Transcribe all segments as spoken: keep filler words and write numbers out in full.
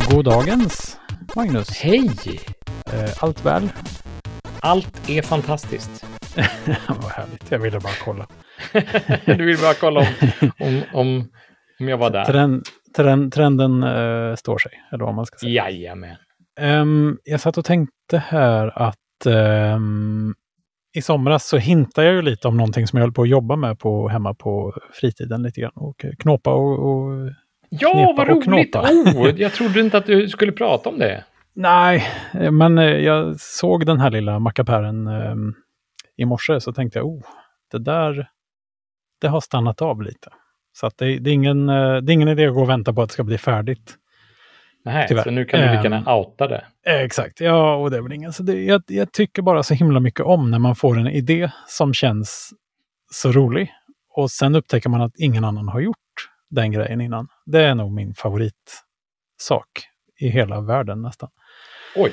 God dagens, Magnus. Hej! Eh, allt väl? Allt är fantastiskt. Vad härligt, jag ville bara kolla. Du vill bara kolla om, om, om, om jag var där. Trend, trend, trenden uh, står sig, eller vad man ska säga. Jajamän. Um, jag satt och tänkte här att um, i somras så hintar jag ju lite om någonting som jag höll på att jobba med på, hemma på fritiden lite grann. Och knåpa och, och Ja, vad roligt! Oh, jag trodde inte att du skulle prata om det. Nej, men jag såg den här lilla mackapären um, i morse, så tänkte jag, oh, det där, det har stannat av lite. Så att det, det, är ingen, det är ingen idé att gå och vänta på att det ska bli färdigt. Nej, tyvärr. Så nu kan du lika gärna um, outa det. Exakt, ja, och det är väl ingen. Så det, jag, jag tycker bara så himla mycket om när man får en idé som känns så rolig. Och sen upptäcker man att ingen annan har gjort den grejen innan. Det är nog min favoritsak i hela världen nästan. Oj!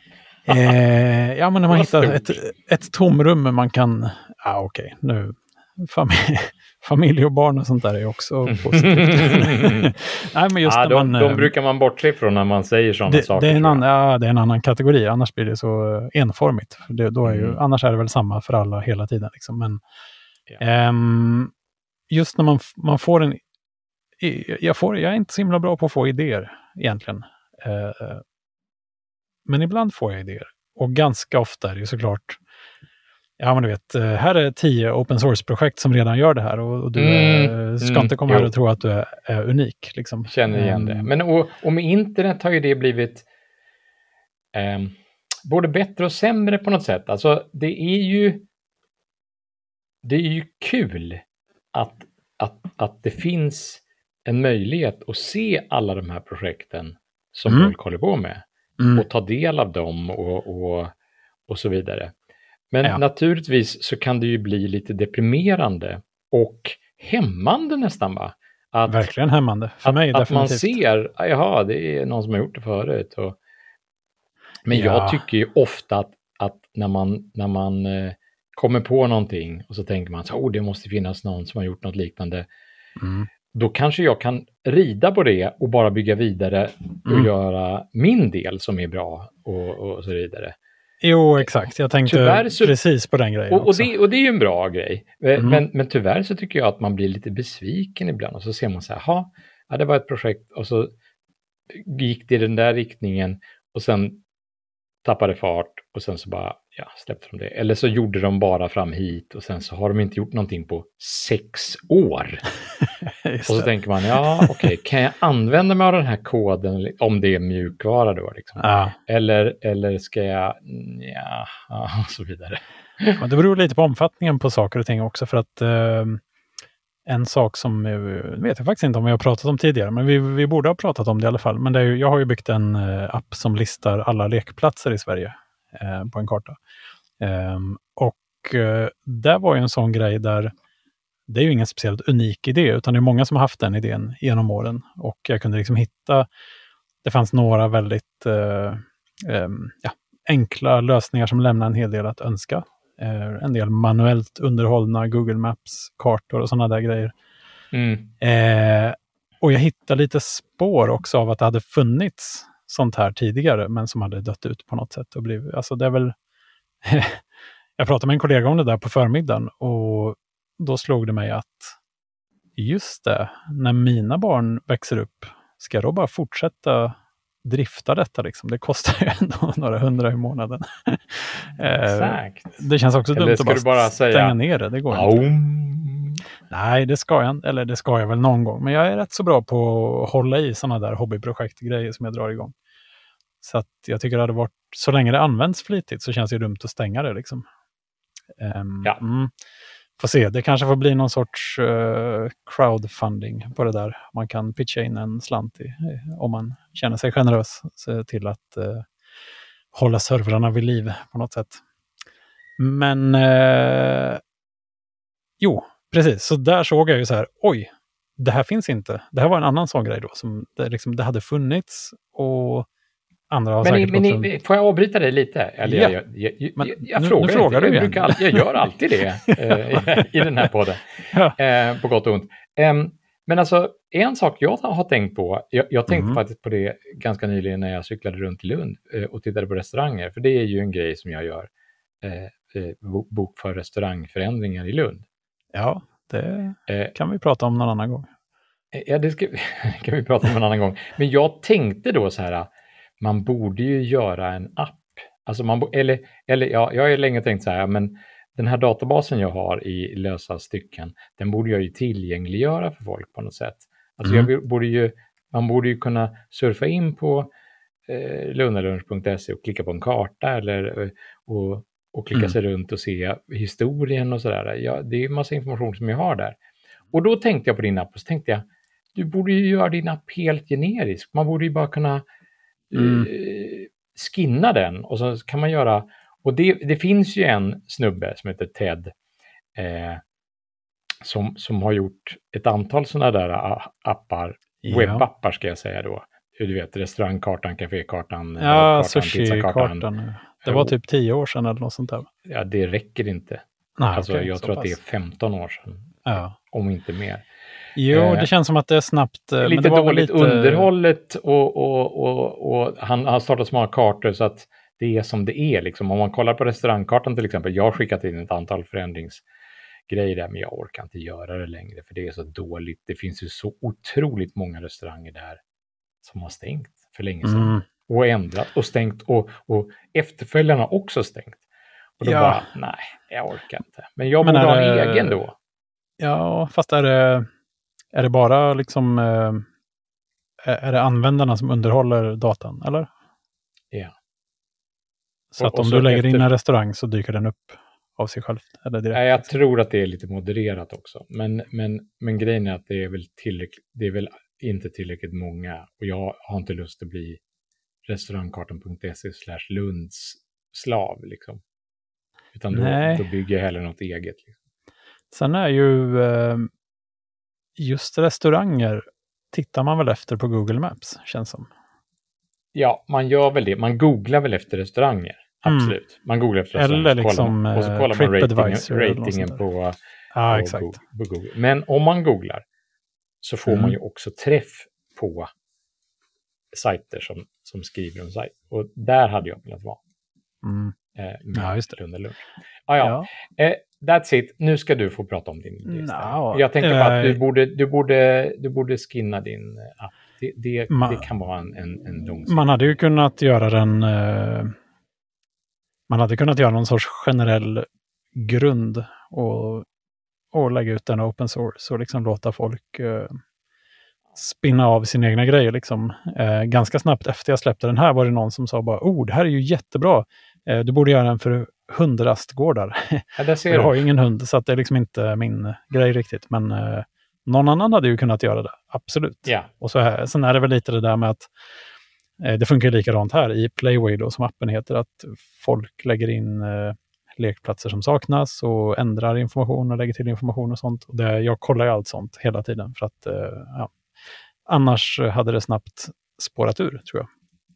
eh, ja, men när man hittar ett, ett tomrum man kan... Ja, ah, okej, okay, nu... Familj, familj och barn och sånt där är också positivt. Nej, men just ja, när de, man, de brukar man bortse ifrån när man säger sådana det, saker. Det är, en annan, ja, det är en annan kategori, annars blir det så enformigt. För det, då är ju, mm. Annars är det väl samma för alla hela tiden. Liksom. Men ja. um, just när man, man får en... Jag, får, jag är inte så himla bra på att få idéer egentligen. Uh, men ibland får jag idéer. Och ganska ofta är det ju såklart... Ja, men du vet, här är tio open source-projekt som redan gör det här och, och du mm, ska mm, inte komma jo. här och tro att du är, är unik. Liksom. Känner igen det. Men och, och med internet har ju det blivit eh, både bättre och sämre på något sätt. Alltså det är ju det är ju kul att, att, att det finns en möjlighet att se alla de här projekten som mm. folk håller på med. Mm. Och ta del av dem och, och, och så vidare. Men ja. naturligtvis så kan det ju bli lite deprimerande och hämmande nästan, va? Att, Verkligen hämmande, för att, mig att definitivt. man ser, jaha, det är någon som har gjort det förut. Och, men ja. jag tycker ju ofta att, att när man, när man eh, kommer på någonting och så tänker man så, oh, det måste finnas någon som har gjort något liknande. Mm. Då kanske jag kan rida på det och bara bygga vidare och mm. göra min del som är bra och, och så vidare. Jo, exakt. Jag tänkte så, precis på den grejen och, och, också. det, och det är ju en bra grej. Mm. Men, men tyvärr så tycker jag att man blir lite besviken ibland. Och så ser man så här, ja, det var ett projekt och så gick det i den där riktningen och sen tappade fart och sen så bara, ja, släppte de det. Eller så gjorde de bara fram hit och sen så har de inte gjort någonting på sex år. Och så tänker man, ja, okej, okay, kan jag använda mig av den här koden om det är mjukvara då? Liksom? Ja. Eller, eller ska jag, ja, och så vidare. Ja, det beror lite på omfattningen på saker och ting också, för att eh, en sak som, jag vet jag faktiskt inte om vi har pratat om tidigare, men vi, vi borde ha pratat om det i alla fall. Men det är ju, jag har ju byggt en eh, app som listar alla lekplatser i Sverige eh, på en karta. Eh, och eh, det var ju en sån grej där det är ju ingen speciellt unik idé, utan det är många som har haft den idén genom åren. Och jag kunde liksom hitta, det fanns några väldigt eh, eh, ja, enkla lösningar som lämnar en hel del att önska. Eh, en del manuellt underhållna Google Maps-kartor och sådana där grejer. Mm. Eh, och jag hittade lite spår också av att det hade funnits sånt här tidigare, men som hade dött ut på något sätt. Och blivit, alltså det är väl... jag pratade med en kollega om det där på förmiddagen och då slog det mig att just det, när mina barn växer upp, ska jag då bara fortsätta drifta detta liksom? Det kostar ju ändå några hundra i månaden. Exakt. Det känns också eller dumt att bara, bara stänga säga, ner det. Det går Aum. inte. Nej, det ska jag eller det ska jag väl någon gång. Men jag är rätt så bra på att hålla i sådana där hobbyprojektgrejer som jag drar igång. Så att jag tycker det hade varit, så länge det används flitigt så känns det dumt att stänga det liksom. Um, ja. Mm. Får se, det kanske får bli någon sorts uh, crowdfunding på det där. Man kan pitcha in en slant i, om man känner sig generös till att uh, hålla servrarna vid liv på något sätt. Men uh, jo, precis. Så där såg jag ju så här, oj, det här finns inte. Det här var en annan sån grej då. Som det, liksom, det hade funnits och andra har men säkert... Men ni, får jag avbryta dig lite? Eller ja. jag, jag, jag, men, jag, jag nu, frågar nu frågar inte. Du jag, brukar all, jag gör alltid det eh, i den här podden. Ja. Eh, på gott och ont. Eh, men alltså en sak jag har tänkt på, jag, jag tänkte Mm. faktiskt på det ganska nyligen när jag cyklade runt i Lund eh, och tittade på restauranger, för det är ju en grej som jag gör, eh, eh, bo- bokför restaurangförändringar i Lund. Ja, det Eh, kan vi prata om någon annan gång. Ja, det ska, kan vi prata om en annan gång. Men jag tänkte då så här, man borde ju göra en app. Alltså man, bo- eller, eller ja, jag har ju länge tänkt så här, men den här databasen jag har i lösa stycken, den borde jag ju tillgängliggöra för folk på något sätt. Alltså Mm. jag borde ju, man borde ju kunna surfa in på eh, lundalunch punkt se och klicka på en karta eller, eh, och, och klicka Mm. sig runt och se historien och sådär. Ja, det är ju massa information som jag har där. Och då tänkte jag på din app och så tänkte jag, du borde ju göra din app helt generisk. Man borde ju bara kunna Mm. eh, skinna den och så kan man göra, och det, det finns ju en snubbe som heter Ted eh, som, som har gjort ett antal sådana där a- appar, Ja. webbappar ska jag säga då. Du vet, restaurangkartan, kafékartan, Ja, kartan, pizzakartan. sushi-kartan. Det var typ tio år sedan eller något sånt där. Ja, det räcker inte. Nej, Alltså okej, jag så tror att pass. det är femton år sedan, Ja. om inte mer. Jo, Eh, det känns som att det är snabbt. eh, Lite men det var väl dåligt lite... underhållet och, och, och, och han har startat så många kartor så att det är som det är. Liksom. Om man kollar på restaurangkartan till exempel, jag har skickat in ett antal förändringsgrejer där, men jag orkar inte göra det längre för det är så dåligt. Det finns ju så otroligt många restauranger där som har stängt för länge sedan. Mm. Och ändrat och stängt och, och efterföljarna också stängt. Och då Ja. bara, nej, jag orkar inte. Men jag Men borde ha är en det- egen då. Ja, fast är det, är det bara liksom... eh, är är det användarna som underhåller datan, eller? Ja. Så Och- att och om så du lägger in efter- en restaurang så dyker den upp av sig själv? Eller direkt? Nej, jag tror att det är lite modererat också. Men, men, men grejen är att det är väl tillräckligt, det är väl inte tillräckligt många. Och jag har inte lust att bli restaurangkartan punkt se slash Lunds slav liksom. Utan då, Nej. då bygger jag hellre något eget. Liksom. Sen är ju eh, just restauranger tittar man väl efter på Google Maps, känns som. Ja, man gör väl det. Man googlar väl efter restauranger. Mm. Absolut. Man googlar efter Eller restauranger. så kollar liksom, man, och så eh, kollar man ratingen, TripAdvisor eller något ratingen sånt där. på, Ja, på, exakt. Go- på Google. Men om man googlar så får Mm. man ju också träff på sajter som, som skriver om sajt. Och där hade jag velat vara. Mm. Eh, Ja, just det. Lund och Lund. Ah, ja, Ja. Eh, that's it. Nu ska du få prata om din idé istället. Nja, Jag tänker bara att du eh, borde, du borde, du borde skinna din eh, app. Det, det, Ma- det kan vara en, en, en långsiktig... Man hade ju kunnat göra den... Eh, man hade kunnat göra någon sorts generell grund och, och lägga ut den open source och liksom låta folk eh, spinna av sina egna grejer. Liksom. Eh, ganska snabbt efter jag släppte den här var det någon som sa bara, oh, det här är ju jättebra. Eh, du borde göra den för hundrastgårdar. Ja, där ser Jag du. har ju ingen hund så att det är liksom inte min grej riktigt. Men eh, någon annan hade ju kunnat göra det, absolut. Ja, Och så här, sen är det väl lite det där med att eh, det funkar ju likadant här i Playway då, som appen heter, att folk lägger in eh, lekplatser som saknas och ändrar information och lägger till information och sånt. Och det, jag kollar ju allt sånt hela tiden för att eh, ja, annars hade det snabbt spårat ur, tror jag.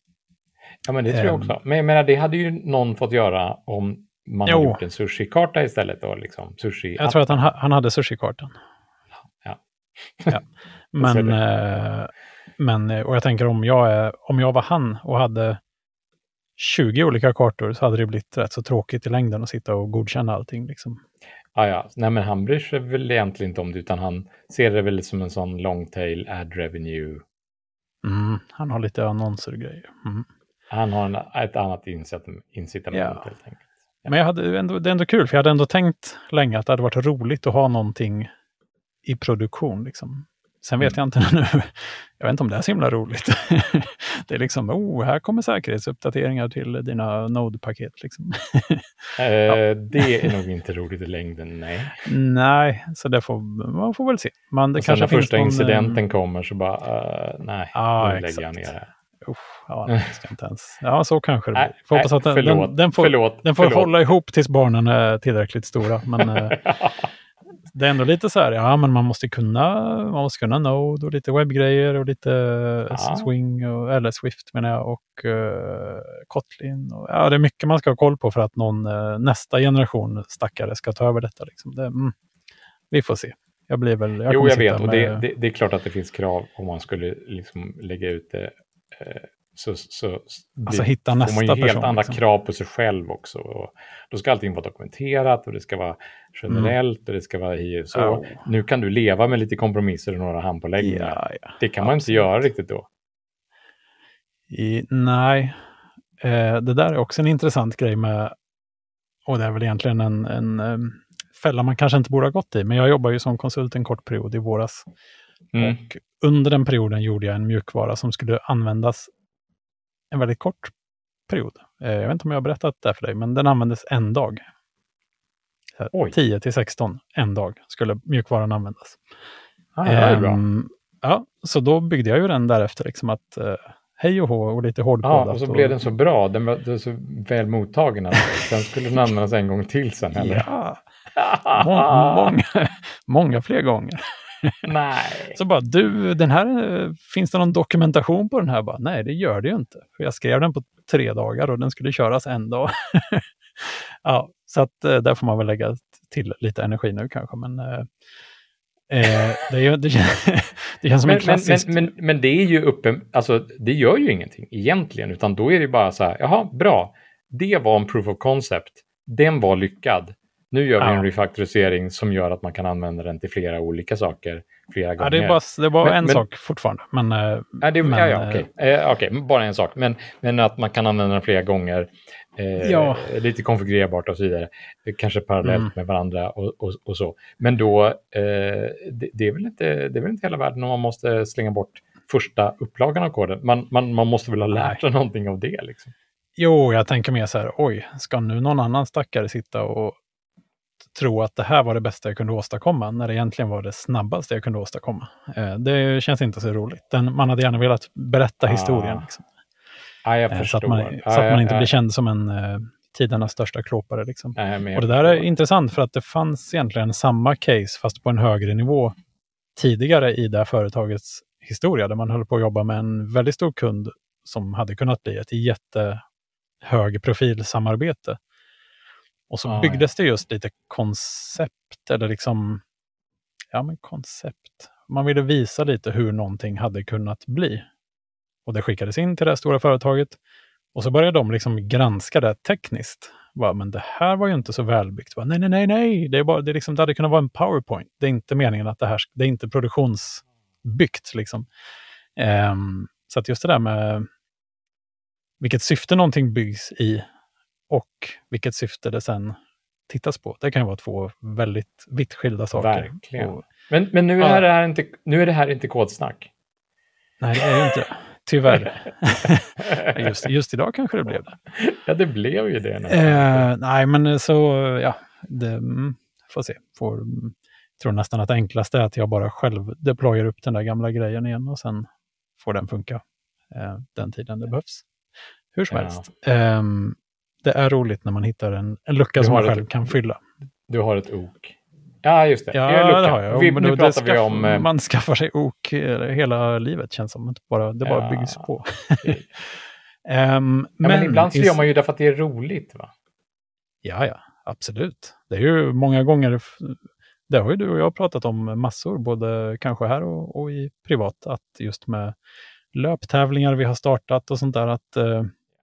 ja men det tror jag Ehm. också. Men jag menar, det hade ju någon fått göra om man Jo. hade gjort en sushi-karta istället. Då, liksom. Sushi Jag tror att han, ha- han hade sushi-kartan. Ja. Ja. ser Men, du. eh, men, eh, och jag tänker om jag, är, om jag var han och hade tjugo olika kartor så hade det blivit rätt så tråkigt i längden att sitta och godkänna allting. Liksom. Ah, ja. Nej, men han bryr sig väl egentligen inte om det, utan han ser det väl som en sån long tail ad revenue. Mm, han har lite annonser och grejer. Mm. Han har en, ett annat incitament, incitament Ja. helt enkelt. Men jag hade ändå, det är ändå kul, för jag hade ändå tänkt länge att det hade varit roligt att ha någonting i produktion. Liksom. Sen vet Mm. jag inte nu. Jag vet inte om det är så himla roligt. Det är liksom, oh, här kommer säkerhetsuppdateringar till dina Node-paket. Liksom. Eh, det är nog inte roligt i längden, nej. Nej, så det får, man får väl se. Men det Och sen kanske när finns första någon, incidenten ehm, kommer så bara, uh, nej, Ja, nu lägger jag exakt. ner det här. usch, ja, det ska inte ens. Ja, så kanske det Nej, blir. Får hoppas nej, att den, förlåt, den, den får, förlåt, den får förlåt. hålla ihop tills barnen är tillräckligt stora. Men eh, det är ändå lite så här, ja, men man måste kunna, man måste kunna Node och lite webbgrejer och lite Ja. Swing, och, eller Swift menar jag, och uh, Kotlin. Och, ja, det är mycket man ska ha koll på för att någon uh, nästa generation stackare ska ta över detta. Liksom. Det, mm, vi får se. Jag blir väl... Jag jo, jag vet. med... Och det, det, det är klart att det finns krav om man skulle liksom lägga ut det. Eh, så så alltså det, hitta nästa får man ju helt person, andra liksom. krav på sig själv också. Och då ska allting vara dokumenterat och det ska vara generellt mm. och det ska vara i så. Oh. Nu kan du leva med lite kompromisser och några handpåläggningar. Ja, ja. Det kan man Absolut. Inte göra riktigt då. I, nej, eh, det där är också en intressant grej med, och det är väl egentligen en, en um, fälla man kanske inte borde ha gått i, men jag jobbar ju som konsult en kort period i våras. Mm. Och under den perioden gjorde jag en mjukvara som skulle användas en väldigt kort period. Eh, jag vet inte om jag har berättat det för dig, men den användes en dag. tio till sexton, en dag skulle mjukvaran användas. Ah, det är bra. Um, ja, så då byggde jag ju den därefter, liksom att uh, hej och hå och lite hårdkodat. Ja, och så blev och... den så bra, den var, den var så väl mottagen. Alltså. Sen skulle den användas en gång till sen, eller? Ja, Må- många, många fler gånger. Nej. Så bara, du, den här, finns det någon dokumentation på den här? Bara, nej, det gör det ju inte. För jag skrev den på tre dagar och den skulle köras en dag. Ja, så att där får man väl lägga till lite energi nu kanske, men eh, det, är ju, det, känns, det känns som men, en klassisk... Men, men, men, men det är ju uppe, alltså det gör ju ingenting egentligen, utan då är det bara så här, jaha, bra, det var en proof of concept, den var lyckad. Nu gör vi ja. en refaktorisering som gör att man kan använda den till flera olika saker flera gånger. Ja, det är bara, det är bara men, en men, sak fortfarande. Men, ja, det, men, ja, ja, okej. Okay. Eh, okay, bara en sak. Men, men att man kan använda den flera gånger. Eh, ja. Lite konfigurerbart och så vidare. Kanske parallellt mm. med varandra och, och, och så. Men då, eh, det, det, är väl inte, det är väl inte hela världen om man måste slänga bort första upplagan av koden. Man, man, man måste väl ha lärt sig någonting av det liksom. Jo, jag tänker mer så här, oj, ska nu någon annan stackare sitta och tro att det här var det bästa jag kunde åstadkomma, när det egentligen var det snabbaste jag kunde åstadkomma. Eh, det känns inte så roligt. Den, man hade gärna velat berätta ah. historien. Liksom. Ah, jag eh, förstår. Så att man, ah, så att man ja, inte ja. blir känd som en eh, tidernas största klåpare. Liksom. Ah, och det där är intressant för att det fanns egentligen samma case, fast på en högre nivå tidigare i det här företagets historia, där man höll på att jobba med en väldigt stor kund som hade kunnat bli ett jättehög profilsamarbete. Och så ah, byggdes ja. det just lite koncept, eller liksom, ja men koncept. Man ville visa lite hur någonting hade kunnat bli. Och det skickades in till det stora företaget. Och så började de liksom granska det tekniskt. Bara, men det här var ju inte så välbyggt. Bara, nej, nej, nej, nej. Det, är bara, det, är liksom, det hade kunnat vara en PowerPoint. Det är inte meningen att det här, det är inte produktionsbyggt liksom. Um, så att just det där med vilket syfte någonting byggs i och vilket syfte det sen tittas på. Det kan ju vara två väldigt vitt skilda saker. Verkligen. Och, men men nu, är ja. det här inte, nu är det här inte kodsnack. Nej, det är ju inte det. Tyvärr. just, just idag kanske det blev det. Ja, det blev ju det. Eh, nej, men så, ja, det mm, får se. Får, mm, tror nästan att det enklaste är att jag bara själv deployar upp den där gamla grejen igen och sen får den funka eh, den tiden det behövs. Hur som ja. helst. Eh, det är roligt när man hittar en, en lucka som man själv ett, kan fylla. Du har ett ok. Ja, just det. Ja, det, det har jag. Vi, men nu det, pratar skaff, vi om... Eh... Man skaffar sig ok hela livet, känns som. Det bara, det bara ja. byggs på. um, ja, men, men ibland så gör man ju därför att det är roligt, va? Ja, ja. Absolut. Det är ju många gånger... Det har ju du och jag pratat om massor, både kanske här och, och i privat, att just med löptävlingar vi har startat och sånt där, att... Uh,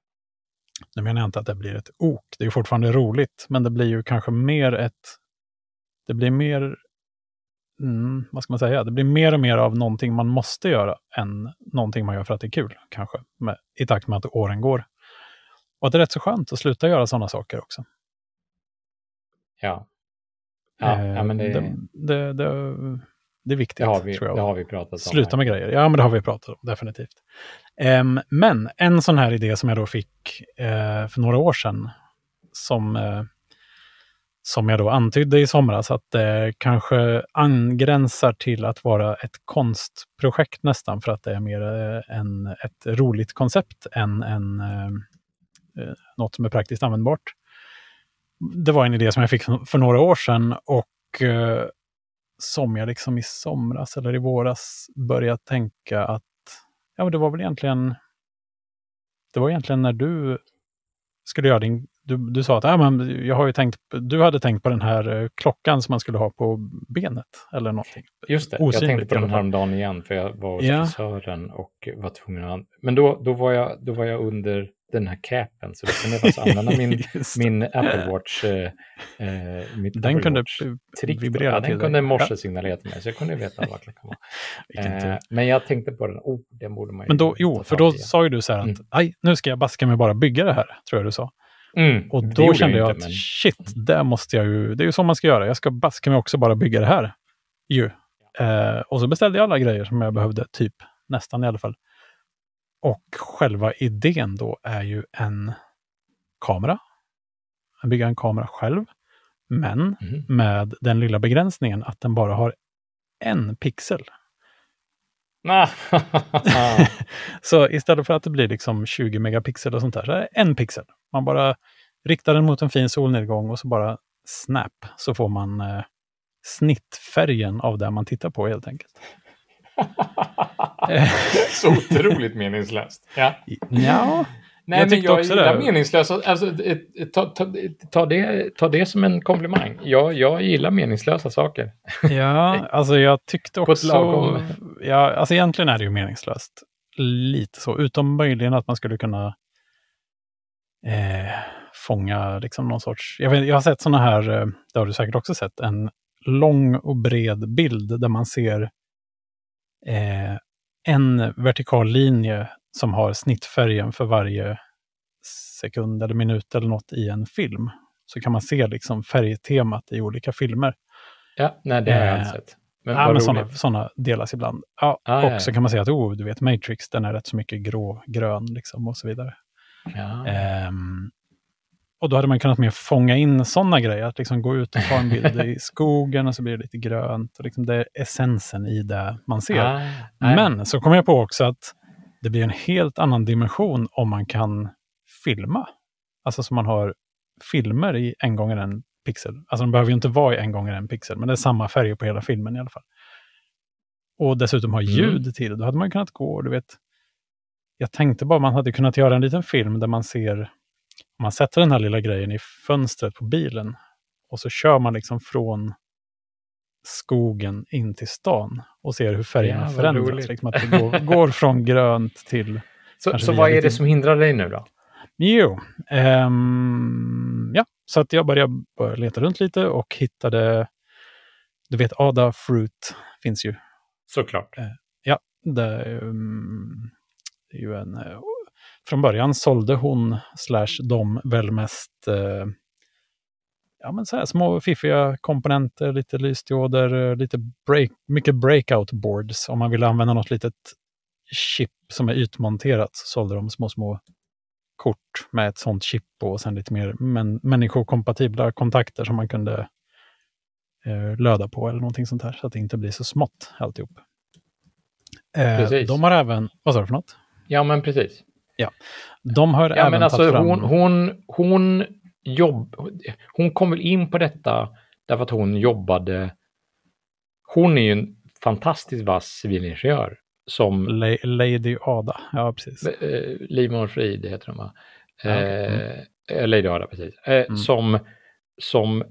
nu menar jag inte att det blir ett ok. Det är ju fortfarande roligt, men det blir ju kanske mer ett... Det blir mer, mm, vad ska man säga, det blir mer och mer av någonting man måste göra än någonting man gör för att det är kul, kanske, med, i takt med att åren går. Och det är rätt så skönt att sluta göra sådana saker också. Ja, ja, eh, ja men det... Det, det, det, det är viktigt, det har vi, tror jag. Det har vi pratat om. Sluta med grejer, ja men det har vi pratat om, definitivt. Um, men en sån här idé som jag då fick uh, för några år sedan, som... Uh, Som jag då antydde i somras, att det kanske angränsar till att vara ett konstprojekt nästan, för att det är mer en, ett roligt koncept än en, eh, något som är praktiskt användbart. Det var en idé som jag fick för några år sedan och eh, som jag liksom i somras eller i våras började tänka att ja, men det var väl egentligen det var egentligen när du skulle göra din du, du sa att ah, men jag har ju tänkt, du hade tänkt på den här klockan som man skulle ha på benet eller någonting. Just det, Osynligt, jag tänkte på i alla den fall. häromdagen igen för jag var hos Ja. frisören och var tvungen att... Men då, då, var jag, då var jag under den här capen så då kunde jag faktiskt använda min, Just det. min Apple Watch. Eh, eh, mitt Den Apple kunde Watch p- trick. vibrera Ja, till den dig. kunde Ja. morse-signalera till mig så jag kunde veta vad klockan var. Vilken tur. Eh, men jag tänkte på den, oh, den borde man ju Men då, ta jo, tag för då i. sa ju du så här att Mm. aj, nu ska jag baska mig bara bygga det här, tror jag du sa. Mm, Och det då gjorde kände jag inte, att men- shit, det måste jag ju, det är ju så man ska göra. Jag ska baska mig också bara bygga det här. Ju. Eh, och så beställde jag alla grejer som jag behövde, typ nästan i alla fall. Och själva idén då är ju en kamera. Att bygga en kamera själv. Men Mhm. med den lilla begränsningen att den bara har en pixel. Ah, Så istället för att det blir liksom tjugo megapixel och sånt där så är det en pixel. Man bara riktar den mot en fin solnedgång och så bara snap så får man eh, snittfärgen av det man tittar på helt enkelt. så otroligt meningslöst. Ja. Ja, Nej, Jag men tyckte jag också gillar det. meningslösa. Alltså, ett- ta, ta, ta, det, ta det som en komplimang. Jag, jag gillar meningslösa saker. ja, alltså jag tyckte På ett också... lagom- Ja, alltså egentligen är det ju meningslöst. Lite så, utom möjligen att man skulle kunna eh, fånga liksom någon sorts... Jag, vet, jag har sett såna här, eh, det har du säkert också sett, en lång och bred bild där man ser eh, en vertikal linje som har snittfärgen för varje sekund eller minut eller något i en film. Så kan man se liksom färgtemat i olika filmer. Ja, nej, det har jag Eh, inte sett. Men Ja, vad men roligt. sådana, sådana delas ibland. Ja, Ah, och ja, så ja. kan man säga att oh, du vet Matrix, den är rätt så mycket grå, grön liksom och så vidare. Ja. Ehm, och då hade man kunnat mer fånga in sådana grejer, att liksom gå ut och ta en bild i skogen och så blir det lite grönt. Och liksom det är essensen i det man ser. Ah, nej. Men så kom jag på också att det blir en helt annan dimension om man kan filma. Alltså som man har filmer i en gånger en pixel. Alltså de behöver ju inte vara i en gånger en pixel, men det är samma färger på hela filmen i alla fall. Och dessutom ha ljud Mm. till. Då hade man kunnat gå, du vet. Jag tänkte bara man hade kunnat göra en liten film där man ser, om man sätter den här lilla grejen i fönstret på bilen och så kör man liksom från skogen in till stan och ser hur färgerna Ja, vad förändras. roligt. Liksom att det går, går från grönt till... Så, kanske så via vad är lite- det som hindrar dig nu då? Jo, ehm, ja, så att jag började, började leta runt lite och hittade, du vet Ada Fruit finns ju. Såklart. Ja, det, um, det är ju en, eh, från början sålde hon slash de väl mest eh, ja, men så här, små fiffiga komponenter, lite lysdioder, eh, lite break, mycket breakout boards. Om man vill använda något litet chip som är ytmonterat så sålde de små, små kort med ett sånt chip på och sen lite mer men, människokompatibla kontakter som man kunde eh, löda på eller någonting sånt här så att det inte blir så smått alltihop. Eh, Precis. de har även, vad sa du för något? Ja, men precis. De har Ja, även men alltså tagit fram... hon, hon, hon, jobb, hon kom väl in på detta därför att hon jobbade... Hon är ju en fantastiskt vass civilingenjör som La- Lady Ada, ja precis. eh, Livmor Frid heter hon va? Ja, okej. Eh, eh, Lady Ada, precis. Eh, Mm. som, som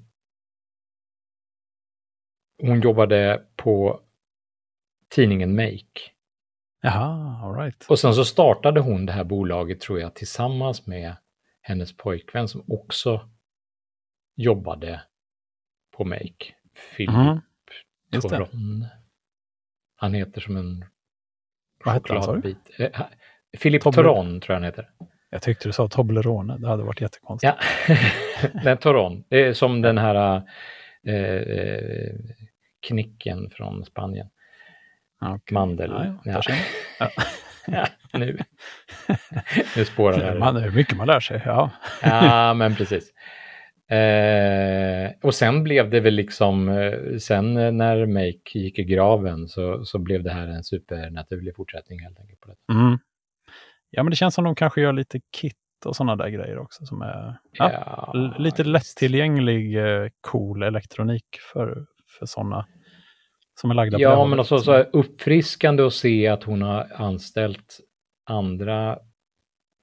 hon jobbade på tidningen Make. Jaha, all right. Och sen så startade hon det här bolaget tror jag tillsammans med hennes pojkvän som också jobbade på Make. Philip Mhm. Just det. Toron. Han heter som en Vad heter han, sa du? chokladbit. Eh, ha- Philip Tobler- Toron tror jag han heter. Jag tyckte du sa Toblerone, det hade varit jättekonstigt. Ja, den Toron. Det är som den här eh, eh, knicken från Spanien. Ja, okej. Mandel. Ja, ja, Ja. där ser man. Ja. Ja, nu. Nu spårar det här. Man, det är mycket man lär sig, ja. Ja, men precis. Eh, och sen blev det väl liksom, eh, sen när Make gick i graven så, så blev det här en supernaturlig fortsättning helt enkelt på det. Mm. Ja, men det känns som de kanske gör lite kit och sådana där grejer också som är ja, Ja, l- lite visst. lättillgänglig, eh, cool elektronik för, för sådana som är lagda på det Ja, hållet, men också liksom. så här uppfriskande att se att hon har anställt andra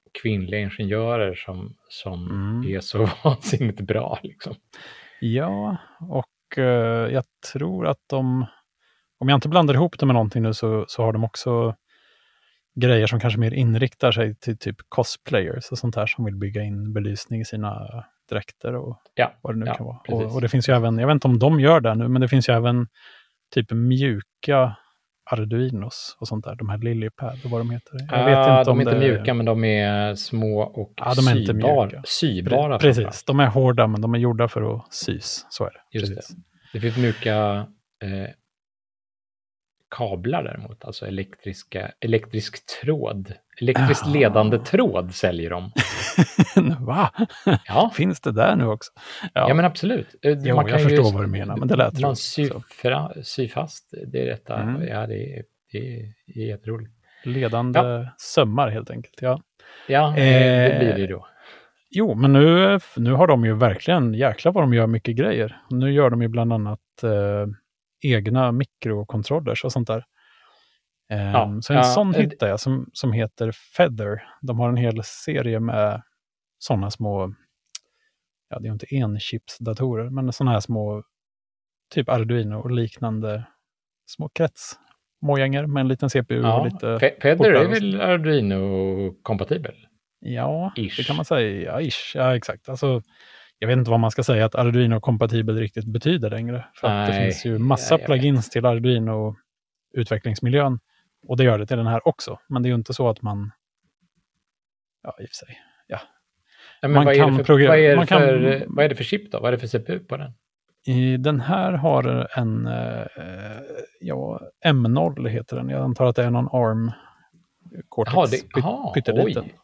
kvinnliga ingenjörer som, som Mm. är så vansinnigt bra. Liksom. Ja, och eh, jag tror att de, om jag inte blandar ihop det med någonting nu så, så har de också grejer som kanske mer inriktar sig till typ cosplayers och sånt här som vill bygga in belysning i sina dräkter och Ja, vad det nu ja, kan vara. precis. Och, och det finns ju även, jag vet inte om de gör det nu, men det finns ju även typ mjuka Arduinos och sånt där, de här Lilypad och vad de heter. Jag vet Ah, inte om de är inte det... mjuka, men de är små och Ja, de är inte sybar, mjuka. sybara. Pre- Precis, framförallt. de är hårda men de är gjorda för att sys, så är det. Just Precis. det. Det finns mjuka eh, kablar däremot, alltså elektriska, elektrisk tråd. Elektriskt Ah. ledande tråd säljer de. Va? Ja, Finns det där nu också? ja men absolut. Eh, Jo, man jag kan förstår ju, vad du menar, men det lät man roligt, sy, så. fra, sy fast, det är detta. Mm. Ja, det är, det är jätteroligt. Ledande Ja. sömmar helt enkelt, ja. Ja, eh, det blir det då. Jo, men nu, nu har de ju verkligen, jäklar vad de gör mycket grejer. Nu gör de ju bland annat eh, egna mikrocontrollers och sånt där. Um, Ja, så en ja, sån eh, hittar jag som, som heter Feather. De har en hel serie med sådana små, ja det är ju inte enchipsdatorer, men sådana här små typ Arduino och liknande små kretsmojänger med en liten C P U och Ja, lite... Fe- Feather portar är och väl Arduino-kompatibel? Ja, Ish. det kan man säga. Ja, ish. Ja, exakt. Alltså, jag vet inte vad man ska säga att Arduino-kompatibel riktigt betyder längre. För att det Nej, finns ju massa ja, jag plugins till Arduino-utvecklingsmiljön. Och det gör det till den här också. Men det är ju inte så att man... Ja, i och för sig. Ja. Ja, men Man vad, kan är det för, program- vad, är det man kan- för, vad är det för chip då? Vad är det för C P U på den? I den här har en... Eh, ja, M noll heter den. Jag antar att det är någon ARM Cortex. Jaha, det, py- aha, pytteliten. oj.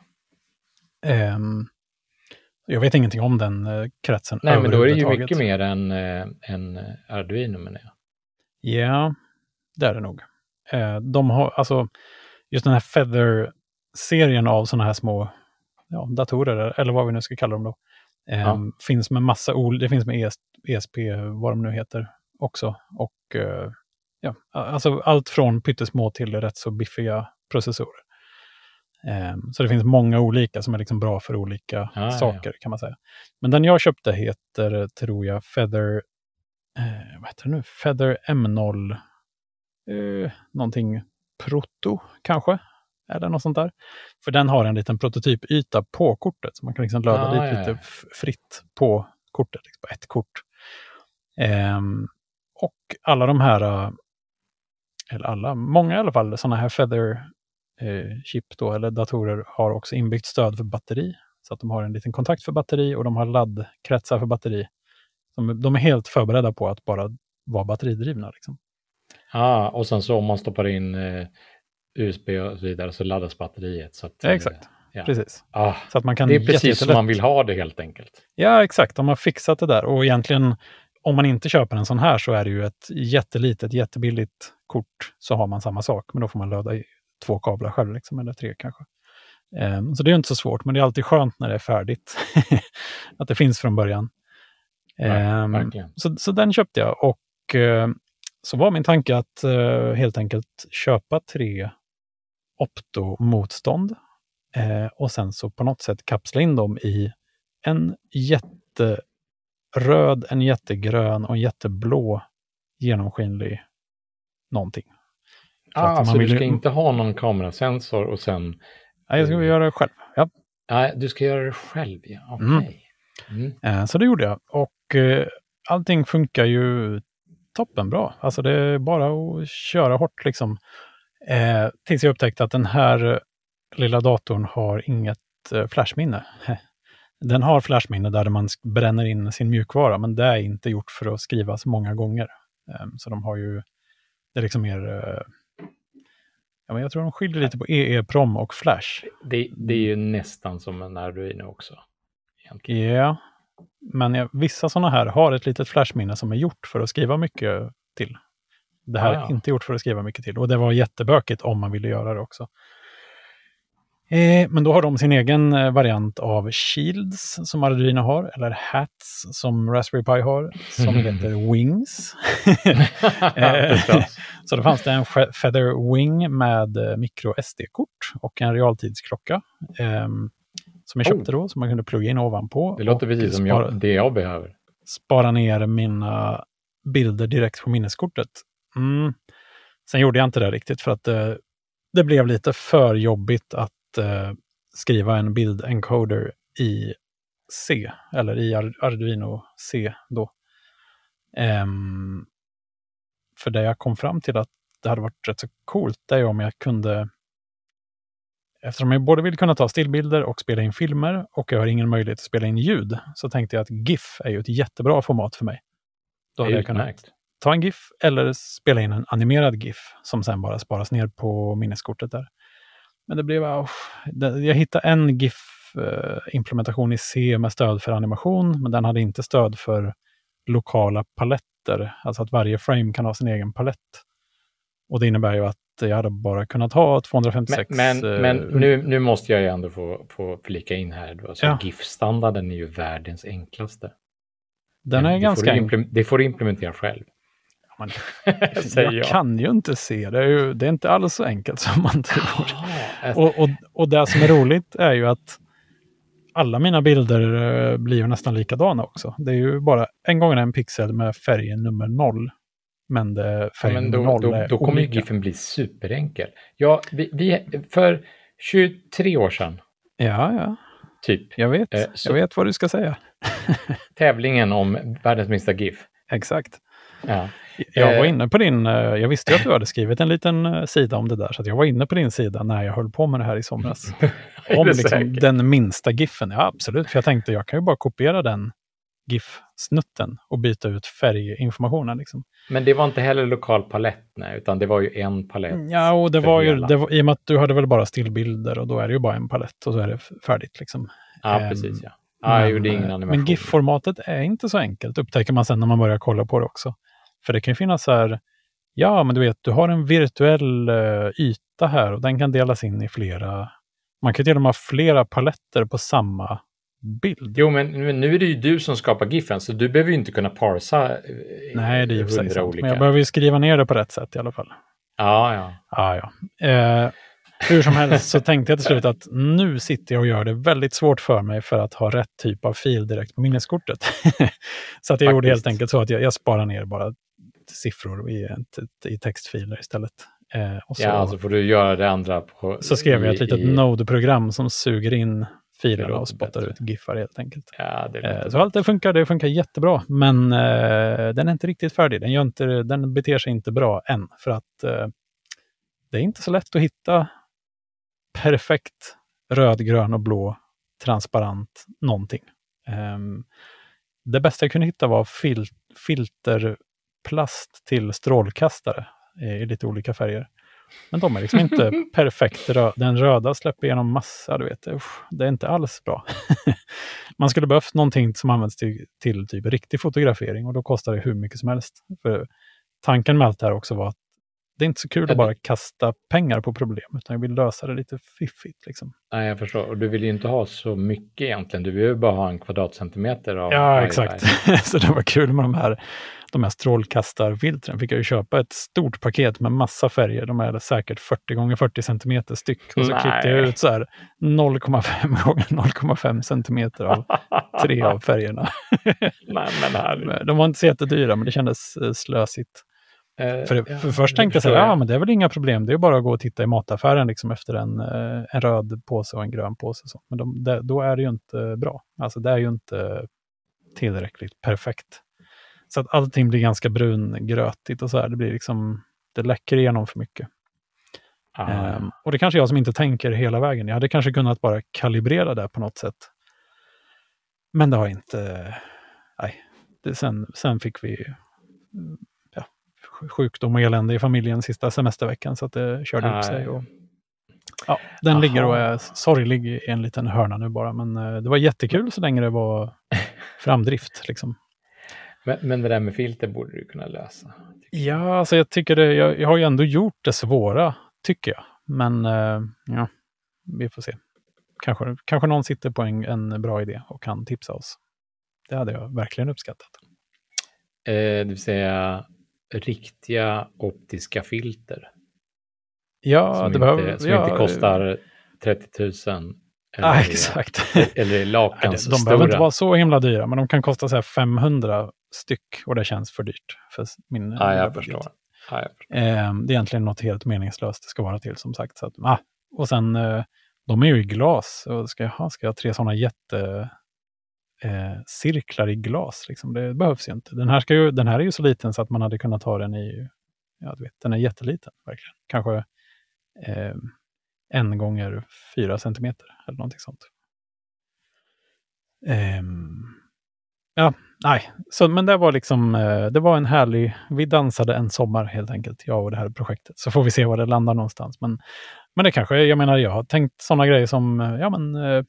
Ehm, jag vet ingenting om den eh, kretsen Nej, men då är det ju överhuvudtaget. mycket mer än, eh, än Arduino, menar jag. Ja, det är det nog. Eh, de har, alltså, just den här Feather-serien av sådana här små ja, datorer, eller vad vi nu ska kalla dem då, eh, Ja. finns med massa olika, det finns med E S P, vad de nu heter, också. Och eh, ja, alltså allt från pyttesmå till rätt så biffiga processorer. Eh, så det finns många olika som är liksom bra för olika Ja, ja, saker, kan man säga. Men den jag köpte heter, tror jag, Feather Eh, vad heter det nu? Feather M noll eh, någonting Proto kanske? Eller något sånt där. För den har en liten prototypyta på kortet. Så man kan liksom löda Ah, dit ja, lite ja. f- fritt på kortet. Liksom på ett kort. Ehm, och alla de här, eh, eller alla, många i alla fall, sådana här Feather eh, chip då, eller datorer har också inbyggt stöd för batteri. Så att de har en liten kontakt för batteri och de har laddkretsar för batteri. De, de är helt förberedda på att bara vara batteridrivna. Liksom. Ah, och sen så om man stoppar in eh, U S B och så vidare så laddas batteriet. Så att, Ja, exakt. eh, ja. Precis. Ah, Så att man kan det är precis som jättelätt- man vill ha det helt enkelt. Ja, exakt. De har fixat det där. Och egentligen, om man inte köper en sån här så är det ju ett jättelitet, jättebilligt kort så har man samma sak. Men då får man löda i två kablar själv, liksom, eller tre kanske. Um, så det är inte så svårt, men det är alltid skönt när det är färdigt. Att det finns från början. Ja, Um, verkligen. så, så den köpte jag och uh, så var min tanke att uh, helt enkelt köpa tre optomotstånd uh, och sen så på något sätt kapsla in dem i en jätteröd, en jättegrön och en jätteblå genomskinlig någonting. För att Ah, man så vill du ju- ska inte ha någon kamerasensor och sen... Nej, jag ska göra det själv. Ja. Nej, du ska göra det själv, ja. Okej. Mm. Mm. Eh, Så det gjorde jag. Och eh, allting funkar ju toppenbra. Alltså det är bara att köra hårt liksom. Eh, tills jag upptäckte att den här lilla datorn har inget eh, flashminne. Den har flashminne där man sk- bränner in sin mjukvara, men det är inte gjort för att skrivas många gånger. Eh, så de har ju, det är liksom mer, eh, ja, men jag tror de skiljer lite på E E P R O M och flash. Det, det är ju nästan som en Arduino också. Egentligen. Ja, men jag, vissa sådana här har ett litet flashminne som är gjort för att skriva mycket till. Det här Ah, ja. är inte gjort för att skriva mycket till. Och det var jättebökigt om man ville göra det också. Eh, men då har de sin egen eh, variant av Shields som Arduino har, eller Hats som Raspberry Pi har, som heter Wings. eh, så då fanns det en Feather Wing med eh, micro S D-kort och en realtidsklocka eh, som jag köpte oh. då, som man kunde plugga in ovanpå. Det låter precis som spara, jag, det jag behöver. Spara ner mina bilder direkt på minneskortet. Mm. Sen gjorde jag inte det riktigt för att eh, det blev lite för jobbigt att Uh, skriva en bildencoder i C, eller i Ar- Arduino C då. Um, för det jag kom fram till att det hade varit rätt så coolt, det är om jag kunde, eftersom jag både vill kunna ta stillbilder och spela in filmer, och jag har ingen möjlighet att spela in ljud, så tänkte jag att GIF är ju ett jättebra format för mig. Då hade jag kunnat ta en GIF eller spela in en animerad GIF som sen bara sparas ner på minneskortet där. Men det blev, oh, det, jag hittade en GIF-implementation i C med stöd för animation, men den hade inte stöd för lokala paletter. Alltså att varje frame kan ha sin egen palett. Och det innebär ju att jag hade bara kunnat ha tvåhundrafemtiosex... Men, men, uh, men nu, nu måste jag ju ändå få, få flika in här. Då. Alltså ja. GIF-standarden är ju världens enklaste. Den är det ganska... Får implement- det får du implementera själv. Man, jag, jag kan ju inte se, det är, ju, det är inte alls så enkelt som man tror. och, och, och det som är roligt är ju att alla mina bilder blir ju nästan likadana också. Det är ju bara en gång en pixel med färgen nummer noll. Men det färgen ja, men då, nummer noll då, är Då kommer ju GIFen bli superenkel. Ja, vi, vi, för tjugotre år sedan. Ja, ja. Typ. Jag vet, eh, jag vet vad du ska säga. Tävlingen om världens minsta GIF. Exakt. Ja. Jag var inne på din, jag visste ju att du hade skrivit en liten sida om det där, så att jag var inne på din sida när jag höll på med det här i somras. Om liksom den minsta GIFen, ja absolut, för jag tänkte jag kan ju bara kopiera den GIF-snutten och byta ut färginformationen liksom. Men det var inte heller lokal palett, nej, utan det var ju en palett. Ja, och det var ju, det var, i och med att du hade väl bara stillbilder och då är det ju bara en palett och så är det färdigt liksom. Ja, um, precis ja. Ah, jag gjorde ingen animation. Men GIF-formatet är inte så enkelt, upptäcker man sen när man börjar kolla på det också. För det kan ju finnas så här, ja men du vet, du har en virtuell uh, yta här och den kan delas in i flera, man kan till och med ha flera paletter på samma bild. Jo men, men nu är det ju du som skapar GIFen, så du behöver ju inte kunna parsa uh, Nej, det är ju för sig sant, men jag behöver ju skriva ner det på rätt sätt i alla fall. Ja, ja. Ja, ja. Uh, hur som helst så tänkte jag till slut att nu sitter jag och gör det väldigt svårt för mig för att ha rätt typ av fil direkt på minneskortet. Så att jag Faktiskt. gjorde helt enkelt så att jag, jag sparar ner bara siffror i, i textfiler istället. Eh, och så, ja, alltså får du göra det andra på... Så skrev jag ett i, litet i... Node-program som suger in filerna och spottar bättre. ut giffar helt enkelt. Ja, det eh, så allt det funkar, det funkar jättebra. Men eh, den är inte riktigt färdig. Den, gör inte, den beter sig inte bra än. För att eh, det är inte så lätt att hitta perfekt röd, grön och blå transparent någonting. Eh, det bästa jag kunde hitta var fil- filter plast till strålkastare i lite olika färger. Men de är liksom inte perfekt röda. Den röda släpper igenom massa, du vet. Usch, det är inte alls bra. Man skulle behövt någonting som används till, till typ riktig fotografering och då kostar det hur mycket som helst. För tanken med allt det här också var att det är inte så kul att bara kasta pengar på problem, utan jag vill lösa det lite fiffigt. Liksom. Nej, jag förstår. Och du vill ju inte ha så mycket egentligen. Du vill ju bara ha en kvadratcentimeter av... Ja, exakt. Så det var kul med de här, de här strålkastarfiltren. Fick jag ju köpa ett stort paket med massa färger. De är säkert fyrtio gånger fyrtio centimeter styck. Och så klippte jag ut så här noll komma fem gånger noll komma fem centimeter av tre av färgerna. Nej, men här... De var inte så jättedyra, men det kändes slösigt. Uh, för, ja, för först tänkte jag så här, ja men det är väl inga problem, det är bara att gå och titta i mataffären liksom efter en, en röd påse och en grön påse. Så. Men de, det, då är det ju inte bra. Alltså det är ju inte tillräckligt perfekt. Så att allting blir ganska brungrötigt och så här, det blir liksom, det läcker igenom för mycket. Ah. Um, och det kanske är jag som inte tänker hela vägen. Jag hade kanske kunnat bara kalibrera det på något sätt. Men det har inte, nej. Det, sen, sen fick vi sjukdom och elände i familjen sista semesterveckan så att det körde upp sig. Och, ja, den Aha. ligger och är sorglig i en liten hörna nu bara, men det var jättekul så länge det var framdrift liksom. Men, men det där med filter borde du kunna lösa. Ja, alltså jag tycker det, jag, jag har ju ändå gjort det svåra, tycker jag. Men uh, ja, vi får se. Kanske, kanske någon sitter på en, en bra idé och kan tipsa oss. Det hade jag verkligen uppskattat. Eh, det vill säga riktiga optiska filter. Ja, som det inte, behöver, som ja, inte kostar trettio tusen. Eller, ja, exakt. eller lakans de de stora. behöver inte vara så himla dyra, men de kan kosta så här femhundra styck och det känns för dyrt för min Ja, jag budget. förstår. Ja, jag förstår. Eh, det är egentligen något helt meningslöst det ska vara till, som sagt. Så att, ah, och sen, eh, de är ju i glas. Och ska, jag ha, ska jag ha tre sådana jätte eh, cirklar i glas? Liksom? Det behövs ju inte. Den här, ska ju, den här är ju så liten så att man hade kunnat ta den i, ja, du vet, den är jätteliten, verkligen. Kanske eh, en gånger fyra centimeter eller någonting sånt. Eh, ja, nej. Så, men det var liksom, eh, det var en härlig, vi dansade en sommar helt enkelt, jag och det här projektet. Så får vi se var det landar någonstans. Men, men det kanske, jag menar, jag har tänkt sådana grejer som, eh, ja men, eh,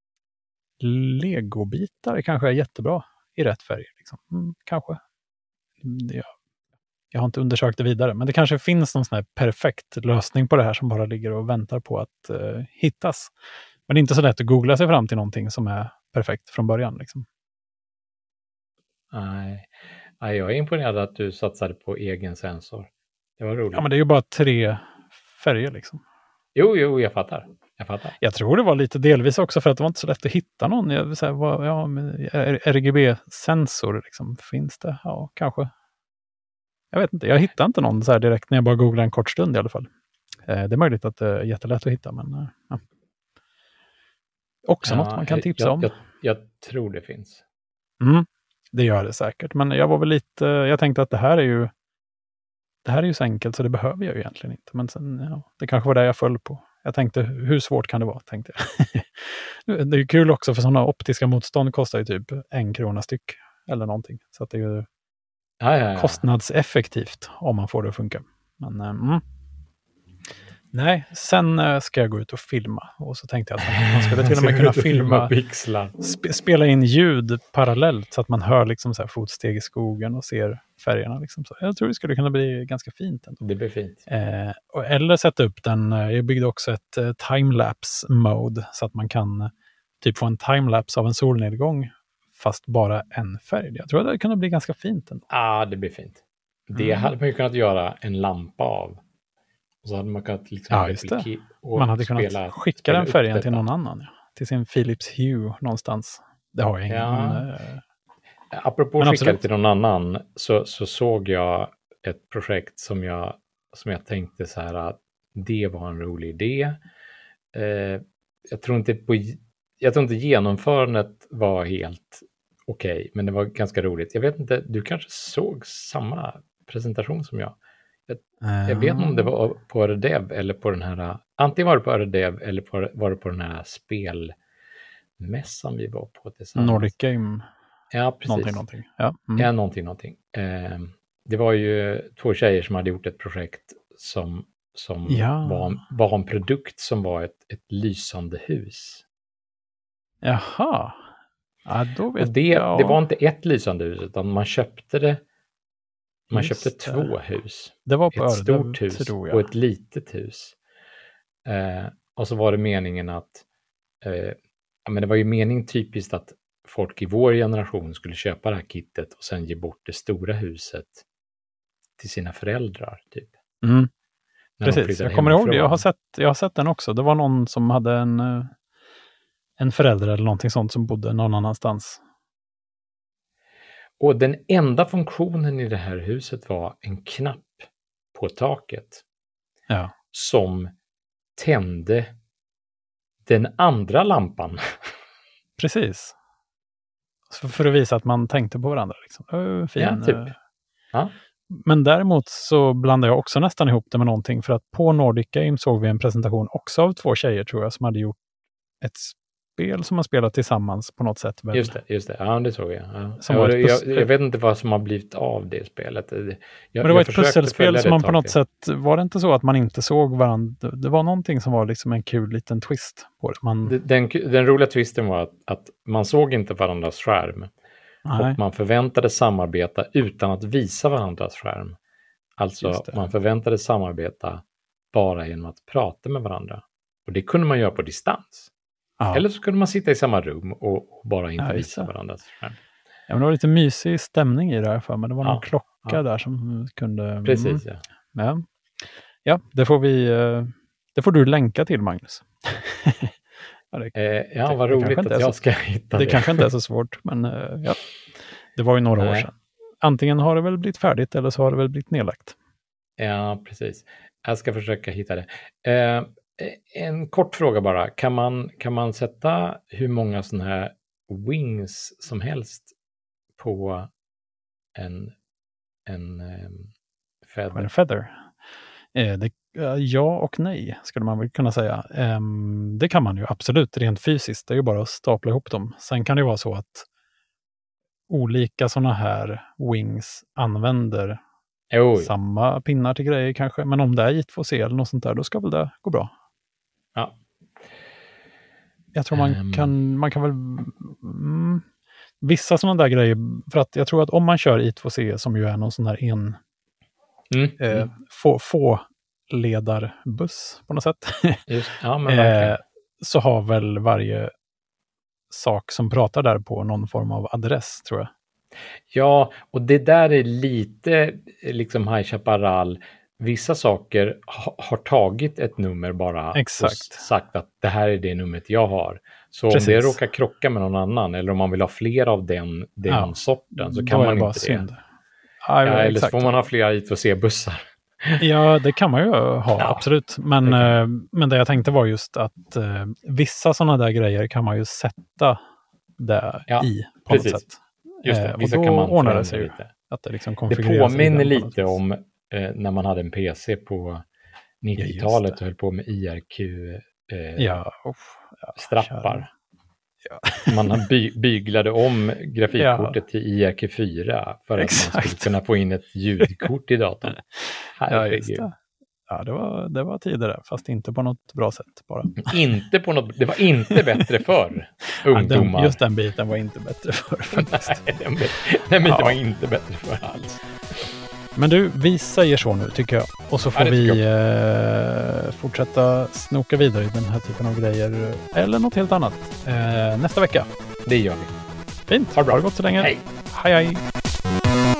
legobitar kanske är jättebra i rätt färg. Liksom. Mm, kanske. Ja. Jag har inte undersökt det vidare, men det kanske finns någon sån här perfekt lösning på det här som bara ligger och väntar på att eh, hittas. Men det är inte så lätt att googla sig fram till någonting som är perfekt från början. Liksom. Nej. Nej, jag är imponerad att du satsade på egen sensor. Det var roligt. Ja, men det är ju bara tre färger liksom. Jo, jo, jag fattar. Jag fattar. Jag tror det var lite delvis också för att det var inte så lätt att hitta någon. Jag vill säga, vad, ja, R G B-sensor, liksom, finns det? Ja, kanske. Jag vet inte, jag hittade inte någon så här direkt när jag bara googlade en kort stund i alla fall. Eh, det är möjligt att det är jättelätt att hitta, men eh, ja. Också Ja, något man kan tipsa jag, om. Jag, jag tror det finns. Mm, det gör det säkert, men jag var väl lite, jag tänkte att det här är ju det här är ju så enkelt så det behöver jag ju egentligen inte, men sen, ja, det kanske var det jag föll på. Jag tänkte, hur svårt kan det vara, tänkte jag. Det är ju kul också, för sådana optiska motstånd kostar ju typ en krona styck eller någonting, så att det är ju Ja, ja, ja. kostnadseffektivt om man får det att funka. Men mm. Nej, sen äh, ska jag gå ut och filma. Och så tänkte jag att man skulle till och med kunna filma, sp- spela in ljud parallellt så att man hör liksom så här fotsteg i skogen och ser färgerna. Liksom. Så jag tror det skulle kunna bli ganska fint ändå. Det blir fint. Eh, och, eller sätta upp den, jag byggde också ett eh, timelapse mode så att man kan eh, typ få en timelapse av en solnedgång fast bara en färg. Jag tror att det kan bli ganska fint ändå. Ja, ah, det blir fint. Det mm. hade man ju kunnat göra en lampa av. Och så hade man kunnat liksom ja, just det. Man hade kunnat spela, skicka spela den färgen till någon annan. Ja. Till sin Philips Hue någonstans. Det har jag ingen. Ja. Men, äh... Apropå att skicka till någon annan så, så såg jag ett projekt som jag, som jag tänkte så här att det var en rolig idé. Eh, jag tror inte på, jag tror inte genomförandet var helt okej, okay, men det var ganska roligt. Jag vet inte, du kanske såg samma presentation som jag. Jag, uh. jag vet inte om det var på Redev eller på den här, antingen var det på Redev eller på, var det på den här spelmässan vi var på tillsammans. Nordic Game. Ja, precis. Någonting, någonting. Ja, mm. ja någonting, någonting. Eh, det var ju två tjejer som hade gjort ett projekt som, som ja. var, var en produkt som var ett, ett lysande hus. Jaha. Ja, då vet och det, jag. det var inte ett lysande hus, utan man köpte det. Man Just köpte det. två hus. Det var på ett Örde, stort hus tror jag. och ett litet hus. Eh, och så var det meningen att eh, ja, men det var ju meningen typiskt att folk i vår generation skulle köpa det här kittet och sen ge bort det stora huset till sina föräldrar, typ. Mm. Precis, jag kommer ihåg det. Jag har, sett, jag har sett den också. Det var någon som hade en, en förälder eller någonting sånt som bodde någon annanstans. Och den enda funktionen i det här huset var en knapp på taket. Ja. Som tände den andra lampan. Precis. För att visa att man tänkte på varandra. Liksom. Fin, ja, typ. Ja. Men däremot så blandade jag också nästan ihop det med någonting. För att på Nordic Game såg vi en presentation också av två tjejer, tror jag, som hade gjort ett spel som har spelat tillsammans på något sätt. Väl? Just det, just det. Ja, det såg jag. Ja. Som jag, var jag, jag vet inte vad som har blivit av det spelet. Jag, men det var ett pusselspel som man på något sätt, var det inte så att man inte såg varandra? Det var någonting som var liksom en kul liten twist på det. Man... Den, den roliga twisten var att, att man såg inte varandras skärm. Nej. Och man förväntade samarbeta utan att visa varandras skärm. Alltså man förväntade samarbeta bara genom att prata med varandra. Och det kunde man göra på distans. Ja. Eller så kunde man sitta i samma rum och, och bara inte Ja, visa varandras skärm. Ja, men det var lite mysig stämning i det här för mig. Det var Ja, någon klocka ja. där som kunde... Precis, ja. Ja, ja det, får vi, det får du länka till, Magnus. ja, det, Eh, ja, det, vad det roligt att jag så, ska hitta det. Det kanske inte är så svårt, men ja, det var ju några Nej. år sedan. Antingen har det väl blivit färdigt eller så har det väl blivit nedlagt. Ja, precis. Jag ska försöka hitta det. Eh, en kort fråga bara. Kan man, kan man sätta hur många sådana här wings som helst på en, en um, feather? En feather? Eh, det, ja och nej, skulle man väl kunna säga. Eh, det kan man ju absolut, rent fysiskt. Det är ju bara att stapla ihop dem. Sen kan det vara så att olika sådana här wings använder Oj. samma pinnar till grejer kanske. Men om det är I två C eller något sånt där, då ska väl det gå bra. Ja. Jag tror man um. kan, man kan väl... Mm, vissa sådana där grejer, för att jag tror att om man kör I två C som ju är någon sån här en... Mm. Eh, Mm. få, få ledarbuss på något sätt. Just, ja, men verkligen. eh, så har väl varje sak som pratar där på någon form av adress, tror jag. Ja, och det där är lite liksom High Chaparral. Vissa saker ha, har tagit ett nummer bara Exakt. och sagt att det här är det numret jag har. Så Precis. om det råkar krocka med någon annan eller om man vill ha fler av den, den Ja, sorten så då kan är man det bara inte synd. det. Ja, Ja, eller så exakt. får man ha flera I två C-bussar. Ja, det kan man ju ha, Ja, absolut. Men det det, men det jag tänkte var just att eh, vissa sådana där grejer kan man ju sätta det Ja, i på precis. något sätt. Just det, Eh, och vissa då kan man ordnar det förändra sig ju. lite. Att det liksom Det konfigureras påminner i den på något lite vis. om eh, när man hade en P C på nittiotalet och höll på med I R Q-strappar. Eh, Ja, uff, ja, strappar. Ja. Man by, byglade om grafikkortet ja. till I R Q fyra för att Exakt. man skulle kunna få in ett ljudkort i datorn. Ja, just det. Ja, det var, det var tidigare, fast inte på något bra sätt bara. Inte på något, det var inte bättre för ungdomar. Ja, den, just den biten var inte bättre för faktiskt. Nej, den, den biten ja. var inte bättre för alls. Men du, vi säger så nu tycker jag. Och så får ja, vi eh, fortsätta snoka vidare i den här typen av grejer. Eller något helt annat. Eh, nästa vecka. Det gör vi. Fint. Ha det bra. Har det gått så länge. Hej. Hej, hej.